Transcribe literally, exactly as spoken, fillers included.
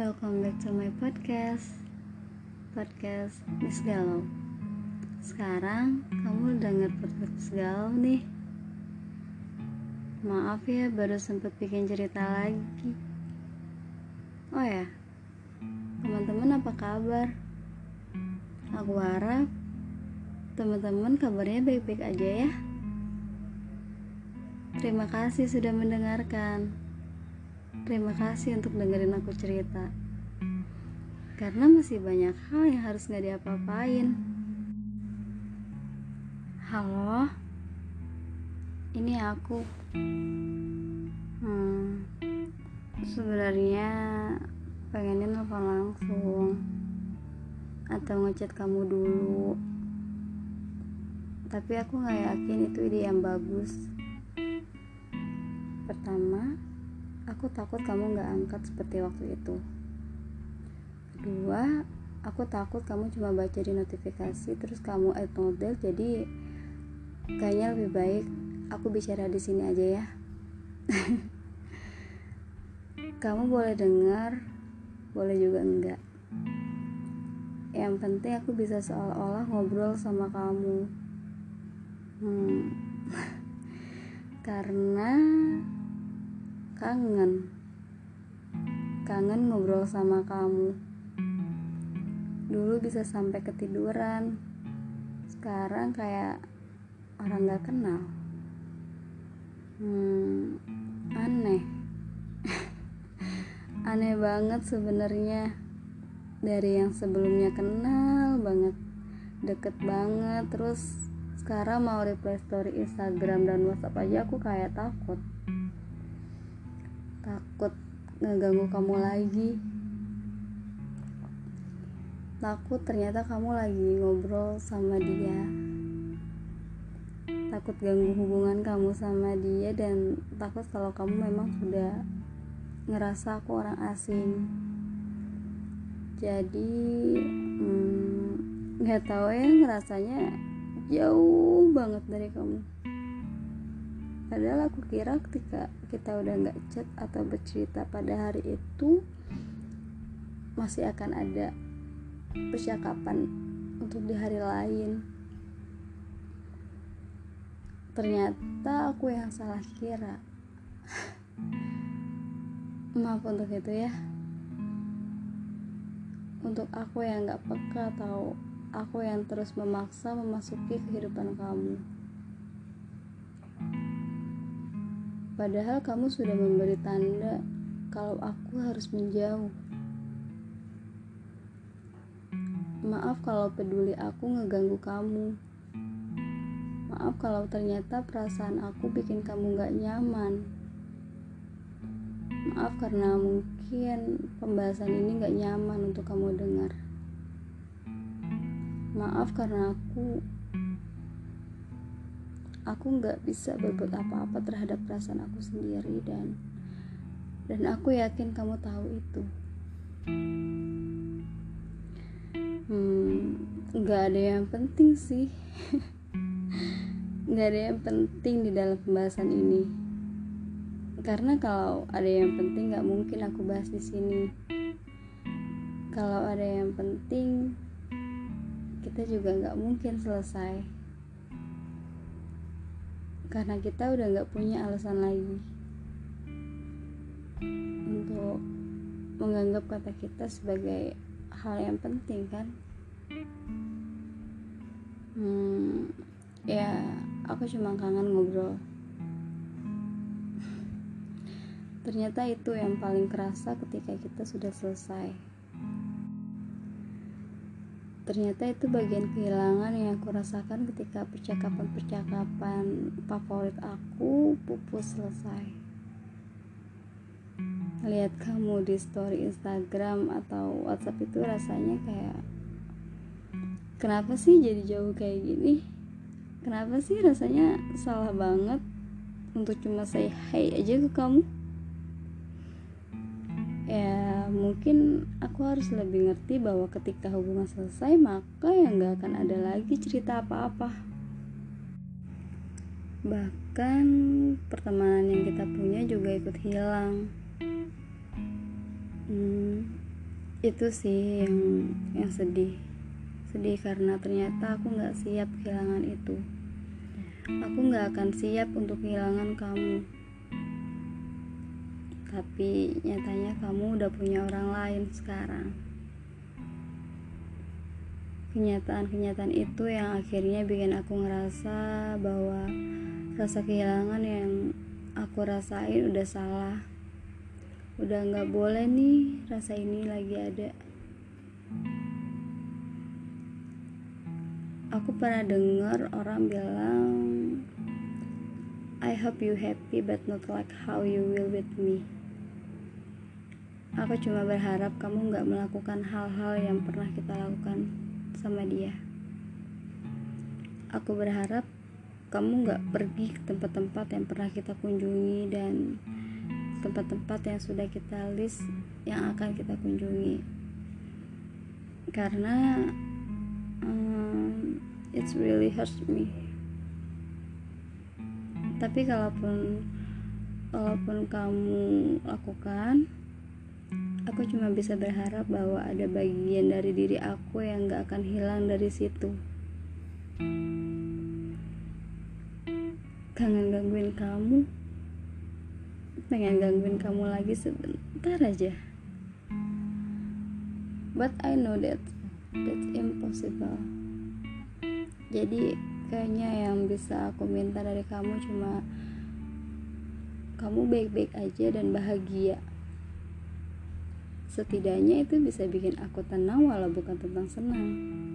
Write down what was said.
Welcome back to my podcast Podcast Miss Galau. Sekarang kamu denger podcast Miss Galau nih. Maaf ya, baru sempet bikin cerita lagi. Oh ya, teman-teman apa kabar? Aku harap teman-teman kabarnya baik-baik aja ya. Terima kasih sudah mendengarkan. Terima kasih untuk dengerin aku cerita. Karena masih banyak hal yang harus gak diapa-apain. Halo, ini aku. Hmm, sebenarnya pengennya nelfon langsung atau ngechat kamu dulu. Tapi aku gak yakin itu ide yang bagus. Pertama, aku takut kamu gak angkat seperti waktu itu. Kedua, aku takut kamu cuma baca di notifikasi terus kamu acknowledge, jadi kayaknya lebih baik aku bicara di sini aja ya. Kamu boleh dengar, boleh juga enggak. Yang penting aku bisa seolah-olah ngobrol sama kamu. Hmm. Karena kangen kangen ngobrol sama kamu. Dulu bisa sampai ketiduran, sekarang kayak orang gak kenal. Hmm, aneh aneh banget sebenarnya. Dari yang sebelumnya kenal banget, deket banget, terus sekarang mau reply story Instagram dan WhatsApp aja aku kayak takut takut ngeganggu kamu lagi. Takut ternyata kamu lagi ngobrol sama dia. Takut ganggu hubungan kamu sama dia, dan takut kalau kamu memang sudah ngerasa aku orang asing. Jadi hmm, gak tahu ya, ngerasanya jauh banget dari kamu. Padahal aku kira ketika kita udah gak chat atau bercerita pada hari itu, masih akan ada percakapan untuk di hari lain. Ternyata aku yang salah kira. Maaf untuk itu ya. Untuk aku yang gak peka, atau aku yang terus memaksa memasuki kehidupan kamu. Padahal kamu sudah memberi tanda kalau aku harus menjauh. Maaf kalau peduli aku ngeganggu kamu. Maaf kalau ternyata perasaan aku bikin kamu gak nyaman. Maaf karena mungkin pembahasan ini gak nyaman untuk kamu dengar. Maaf karena aku Aku gak bisa berbuat apa-apa terhadap perasaan aku sendiri, dan Dan aku yakin kamu tahu itu. Hmm, gak ada yang penting sih. Gak ada yang penting di dalam pembahasan ini. Karena kalau ada yang penting gak mungkin aku bahas di sini. Kalau ada yang penting, kita juga gak mungkin selesai. Karena kita udah gak punya alasan lagi untuk menganggap kata kita sebagai hal yang penting, kan? Hmm, ya aku cuma kangen ngobrol. Ternyata itu yang paling kerasa ketika kita sudah selesai. Ternyata itu bagian kehilangan yang aku rasakan ketika percakapan-percakapan favorit aku pupus selesai. Lihat kamu di story Instagram atau WhatsApp itu rasanya kayak, kenapa sih jadi jauh kayak gini? Kenapa sih rasanya salah banget untuk cuma say hi aja ke kamu? Ya mungkin aku harus lebih ngerti bahwa ketika hubungan selesai, maka ya gak akan ada lagi cerita apa-apa. Bahkan pertemanan yang kita punya juga ikut hilang. hmm, Itu sih yang yang sedih. Sedih karena ternyata aku gak siap kehilangan itu. Aku gak akan siap untuk kehilangan kamu. Tapi nyatanya kamu udah punya orang lain sekarang. Kenyataan-kenyataan itu yang akhirnya bikin aku ngerasa bahwa rasa kehilangan yang aku rasain udah salah. Udah gak boleh nih rasa ini lagi ada. Aku pernah dengar orang bilang, I hope you happy but not like how you will with me. Aku cuma berharap kamu gak melakukan hal-hal yang pernah kita lakukan sama dia. Aku berharap kamu gak pergi ke tempat-tempat yang pernah kita kunjungi dan tempat-tempat yang sudah kita list yang akan kita kunjungi. Karena um, it's really hurts me. Tapi kalaupun kalaupun kamu lakukan, aku cuma bisa berharap bahwa ada bagian dari diri aku yang gak akan hilang dari situ. Kangen gangguin kamu, pengen gangguin kamu lagi sebentar aja. But I know that that's impossible. Jadi kayaknya yang bisa aku minta dari kamu cuma kamu baik-baik aja dan bahagia. Setidaknya itu bisa bikin aku tenang walau bukan tentang senang.